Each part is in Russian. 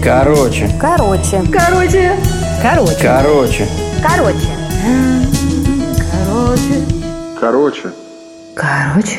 Короче. Короче. Короче. Короче. Короче. Короче. Короче. Короче.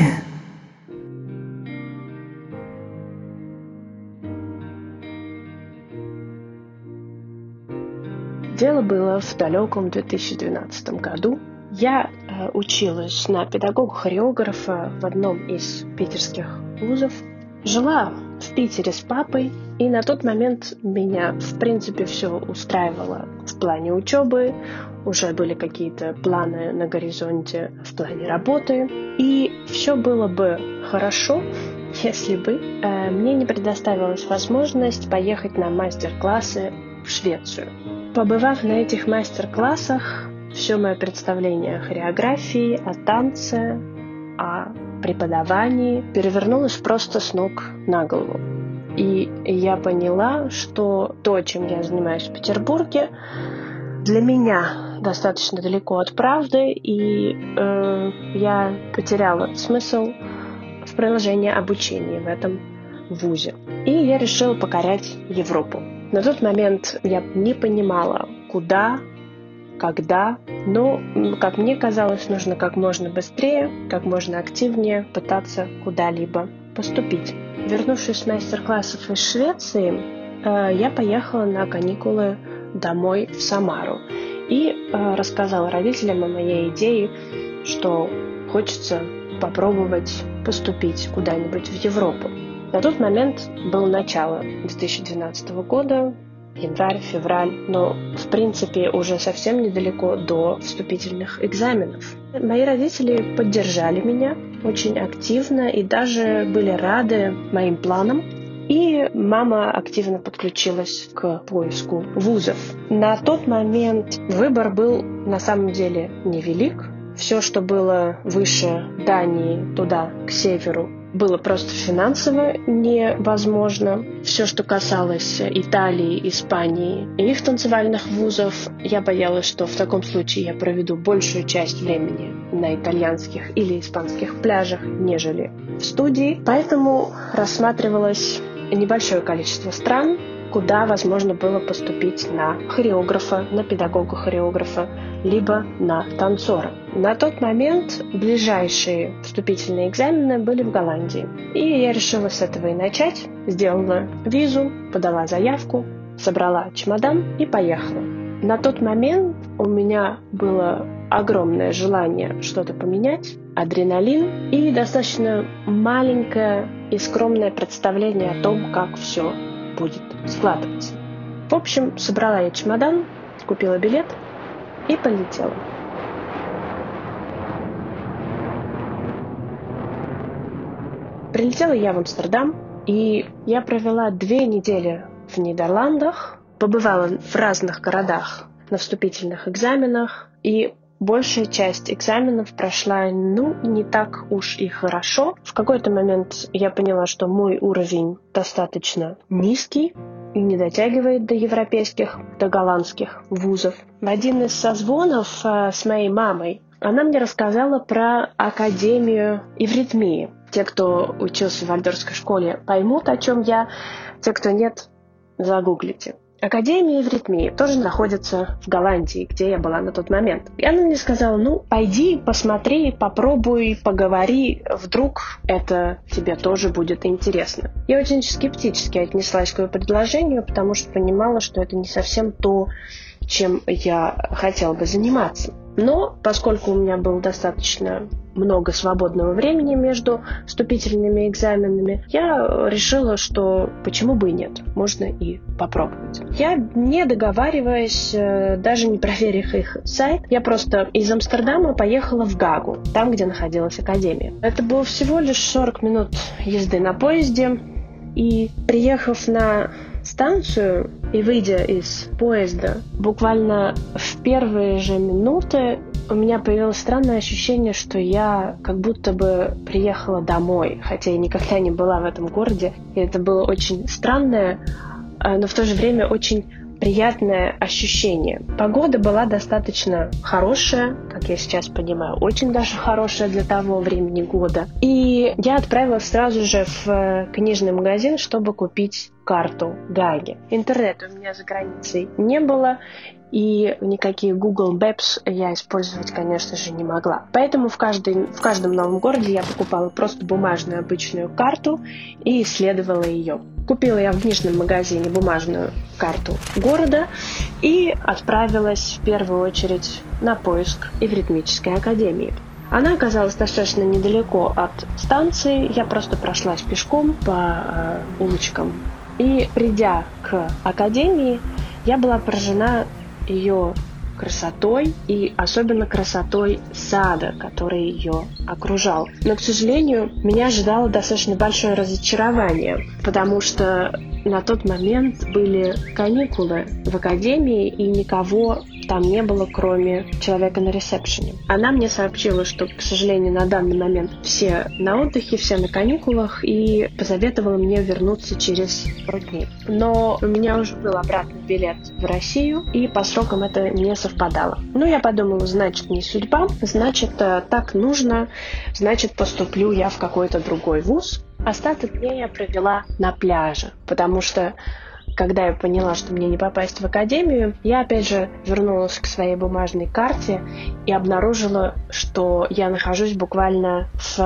Дело было в далеком 2012 году. Я училась на педагога-хореографа в одном из питерских вузов. Жила в Питере с папой, и на тот момент меня, в принципе, все устраивало в плане учебы. Уже были какие-то планы на горизонте в плане работы. И все было бы хорошо, если бы мне не предоставилась возможность поехать на мастер-классы в Швецию. Побывав на этих мастер-классах, все мое представление о хореографии, о танце, о преподавании перевернулось просто с ног на голову. И я поняла, что то, чем я занимаюсь в Петербурге, для меня достаточно далеко от правды, и я потеряла смысл в продолжении обучения в этом вузе. И я решила покорять Европу. На тот момент я не понимала, куда, когда, но, как мне казалось, нужно как можно быстрее, как можно активнее пытаться куда-либо поступить. Вернувшись с мастер-классов из Швеции, я поехала на каникулы домой в Самару и рассказала родителям о моей идее, что хочется попробовать поступить куда-нибудь в Европу. На тот момент было начало 2012 года, январь, февраль, но, в принципе, уже совсем недалеко до вступительных экзаменов. Мои родители поддержали меня очень активно и даже были рады моим планам. И мама активно подключилась к поиску вузов. На тот момент выбор был на самом деле невелик. Все, что было выше Дании, туда, к северу, было просто финансово невозможно. Все, что касалось Италии, Испании и их танцевальных вузов, я боялась, что в таком случае я проведу большую часть времени на итальянских или испанских пляжах, нежели в студии. Поэтому рассматривалось небольшое количество стран, куда возможно было поступить на хореографа, на педагога-хореографа, либо на танцора. На тот момент ближайшие вступительные экзамены были в Голландии. И я решила с этого и начать. Сделала визу, подала заявку, собрала чемодан и поехала. На тот момент у меня было огромное желание что-то поменять, адреналин и достаточно маленькое и скромное представление о том, как все будет складываться. В общем, собрала я чемодан, купила билет и полетела. Прилетела я в Амстердам, и я провела 2 недели в Нидерландах, побывала в разных городах на вступительных экзаменах, и большая часть экзаменов прошла, не так уж и хорошо. В какой-то момент я поняла, что мой уровень достаточно низкий и не дотягивает до европейских, до голландских вузов. В один из созвонов с моей мамой она мне рассказала про Академию эвритмии. Те, кто учился в вальдорфской школе, поймут, о чем я. Те, кто нет, загуглите. Академия эвритмии тоже находится в Голландии, где я была на тот момент. И она мне сказала, пойди, посмотри, попробуй, поговори, вдруг это тебе тоже будет интересно. Я очень скептически отнеслась к ее предложению, потому что понимала, что это не совсем то, чем я хотела бы заниматься. Но поскольку у меня было достаточно много свободного времени между вступительными экзаменами, я решила, что почему бы и нет, можно и попробовать. Я, не договариваясь, даже не проверив их сайт, я просто из Амстердама поехала в Гаагу, там, где находилась академия. Это было всего лишь 40 минут езды на поезде, и приехав на станцию и выйдя из поезда, буквально в первые же минуты у меня появилось странное ощущение, что я как будто бы приехала домой, хотя я никогда не была в этом городе. И это было очень странное, но в то же время очень приятное ощущение. Погода была достаточно хорошая, как я сейчас понимаю, очень даже хорошая для того времени года. И я отправилась сразу же в книжный магазин, чтобы купить карту Гааги. Интернета у меня за границей не было, и никакие Google Maps я использовать, конечно же, не могла. Поэтому в каждом новом городе я покупала просто бумажную обычную карту и исследовала ее. Купила я в книжном магазине бумажную карту города и отправилась в первую очередь на поиск Эвритмической академии. Она оказалась достаточно недалеко от станции, я просто прошлась пешком по улочкам. И придя к академии, я была поражена ее красотой и особенно красотой сада, который ее окружал. Но, к сожалению, меня ожидало достаточно большое разочарование, потому что на тот момент были каникулы в академии, и никого там не было, кроме человека на ресепшене. Она мне сообщила, что, к сожалению, на данный момент все на отдыхе, все на каникулах, и посоветовала мне вернуться через пару дней. Но у меня уже был обратный билет в Россию, и по срокам это не совпадало. Ну, я подумала, значит, не судьба, значит, так нужно, значит, поступлю я в какой-то другой вуз. Остаток дня я провела на пляже, потому что когда я поняла, что мне не попасть в академию, я опять же вернулась к своей бумажной карте и обнаружила, что я нахожусь буквально в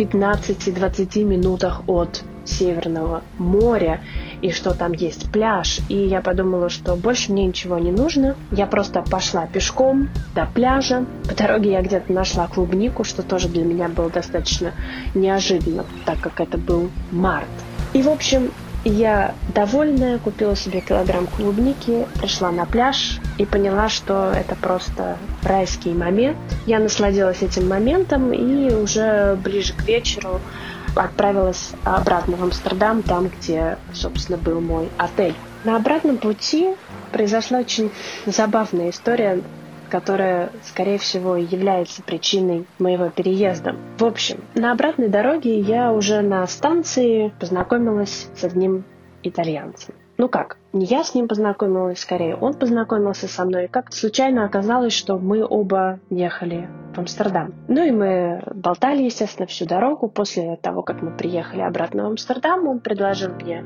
15-20 минутах от Северного моря, и что там есть пляж. И я подумала, что больше мне ничего не нужно. Я просто пошла пешком до пляжа. По дороге я где-то нашла клубнику, что тоже для меня было достаточно неожиданно, так как это был март. И, в общем, я, довольная, купила себе килограмм клубники, пришла на пляж и поняла, что это просто райский момент. Я насладилась этим моментом и уже ближе к вечеру отправилась обратно в Амстердам, там, где, собственно, был мой отель. На обратном пути произошла очень забавная история, которая, скорее всего, является причиной моего переезда. В общем, на обратной дороге я уже на станции познакомилась с одним итальянцем. Ну как, не я с ним познакомилась, скорее он познакомился со мной. И как-то случайно оказалось, что мы оба ехали в Амстердам. Ну и мы болтали, естественно, всю дорогу. После того, как мы приехали обратно в Амстердам, он предложил мне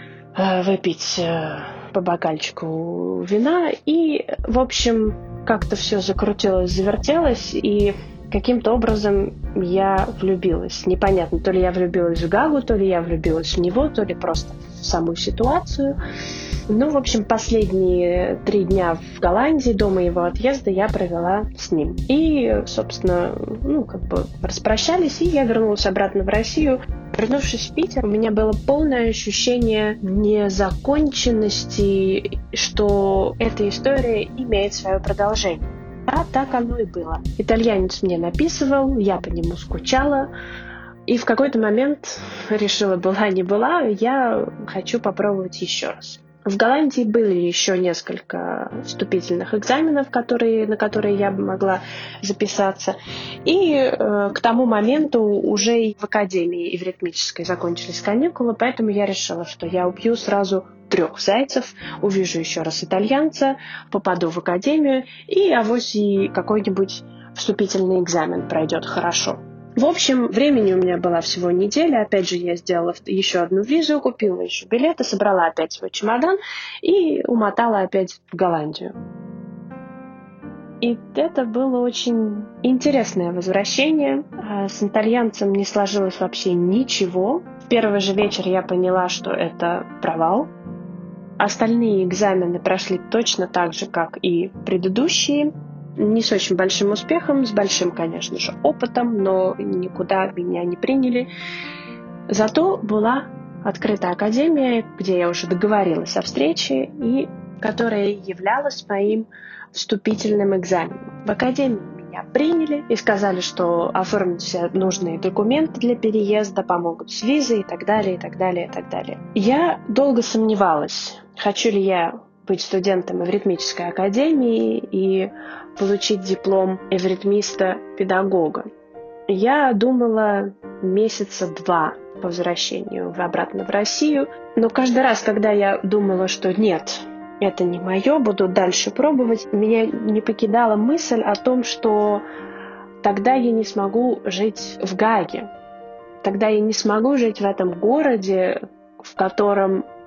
выпить по бокальчику вина. И, в общем, как-то все закрутилось, завертелось, и каким-то образом я влюбилась. Непонятно, то ли я влюбилась в Гагу, то ли я влюбилась в него, то ли просто в саму ситуацию. Ну, в общем, последние 3 дня в Голландии до моего отъезда я провела с ним. И, собственно, распрощались, и я вернулась обратно в Россию. Вернувшись в Питер, у меня было полное ощущение незаконченности, что эта история имеет свое продолжение. А так оно и было. Итальянец мне написывал, я по нему скучала, и в какой-то момент решила, была не была, я хочу попробовать еще раз. В Голландии были еще несколько вступительных экзаменов, на которые я бы могла записаться. И к тому моменту уже и в Академии Эвритмической закончились каникулы, поэтому я решила, что я убью сразу 3 зайцев, увижу еще раз итальянца, попаду в Академию, и авось и какой-нибудь вступительный экзамен пройдет хорошо. В общем, времени у меня была всего неделя. Опять же, я сделала еще одну визу, купила еще билеты, собрала опять свой чемодан и умотала опять в Голландию. И это было очень интересное возвращение. С итальянцем не сложилось вообще ничего. В первый же вечер я поняла, что это провал. Остальные экзамены прошли точно так же, как и предыдущие. Не с очень большим успехом, с большим, конечно же, опытом, но никуда меня не приняли. Зато была открыта академия, где я уже договорилась о встрече, и которая являлась моим вступительным экзаменом. В академии меня приняли и сказали, что оформят все нужные документы для переезда, помогут с визой и так далее, и так далее, и так далее. Я долго сомневалась, хочу ли я быть студентом Эвритмической академии и получить диплом эвритмиста-педагога. Я думала 2 месяца по возвращению обратно в Россию, но каждый раз, когда я думала, что нет, это не мое, буду дальше пробовать, меня не покидала мысль о том, что тогда я не смогу жить в Гааге, тогда я не смогу жить в этом городе, в котором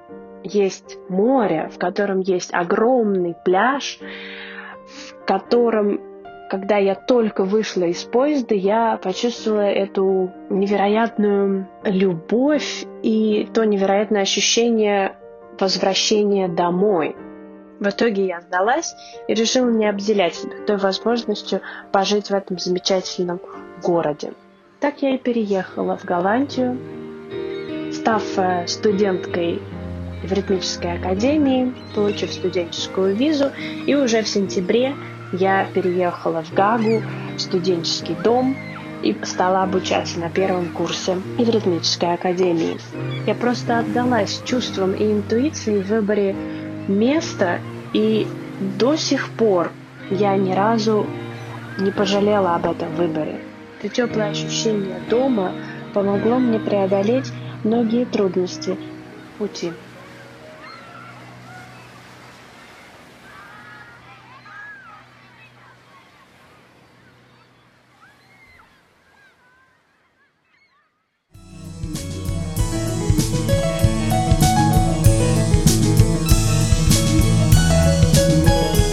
есть море, в котором есть огромный пляж, в котором, когда я только вышла из поезда, я почувствовала эту невероятную любовь и то невероятное ощущение возвращения домой. В итоге я сдалась и решила не обделять себя той возможностью пожить в этом замечательном городе. Так я и переехала в Голландию, став студенткой в ритмической академии, получив студенческую визу, и уже в сентябре я переехала в Гаагу, в студенческий дом, и стала обучаться на первом курсе и в ритмической академии. Я просто отдалась чувствам и интуиции в выборе места, и до сих пор я ни разу не пожалела об этом выборе. Это теплое ощущение дома помогло мне преодолеть многие трудности пути.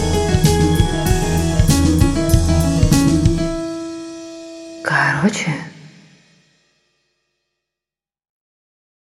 Короче.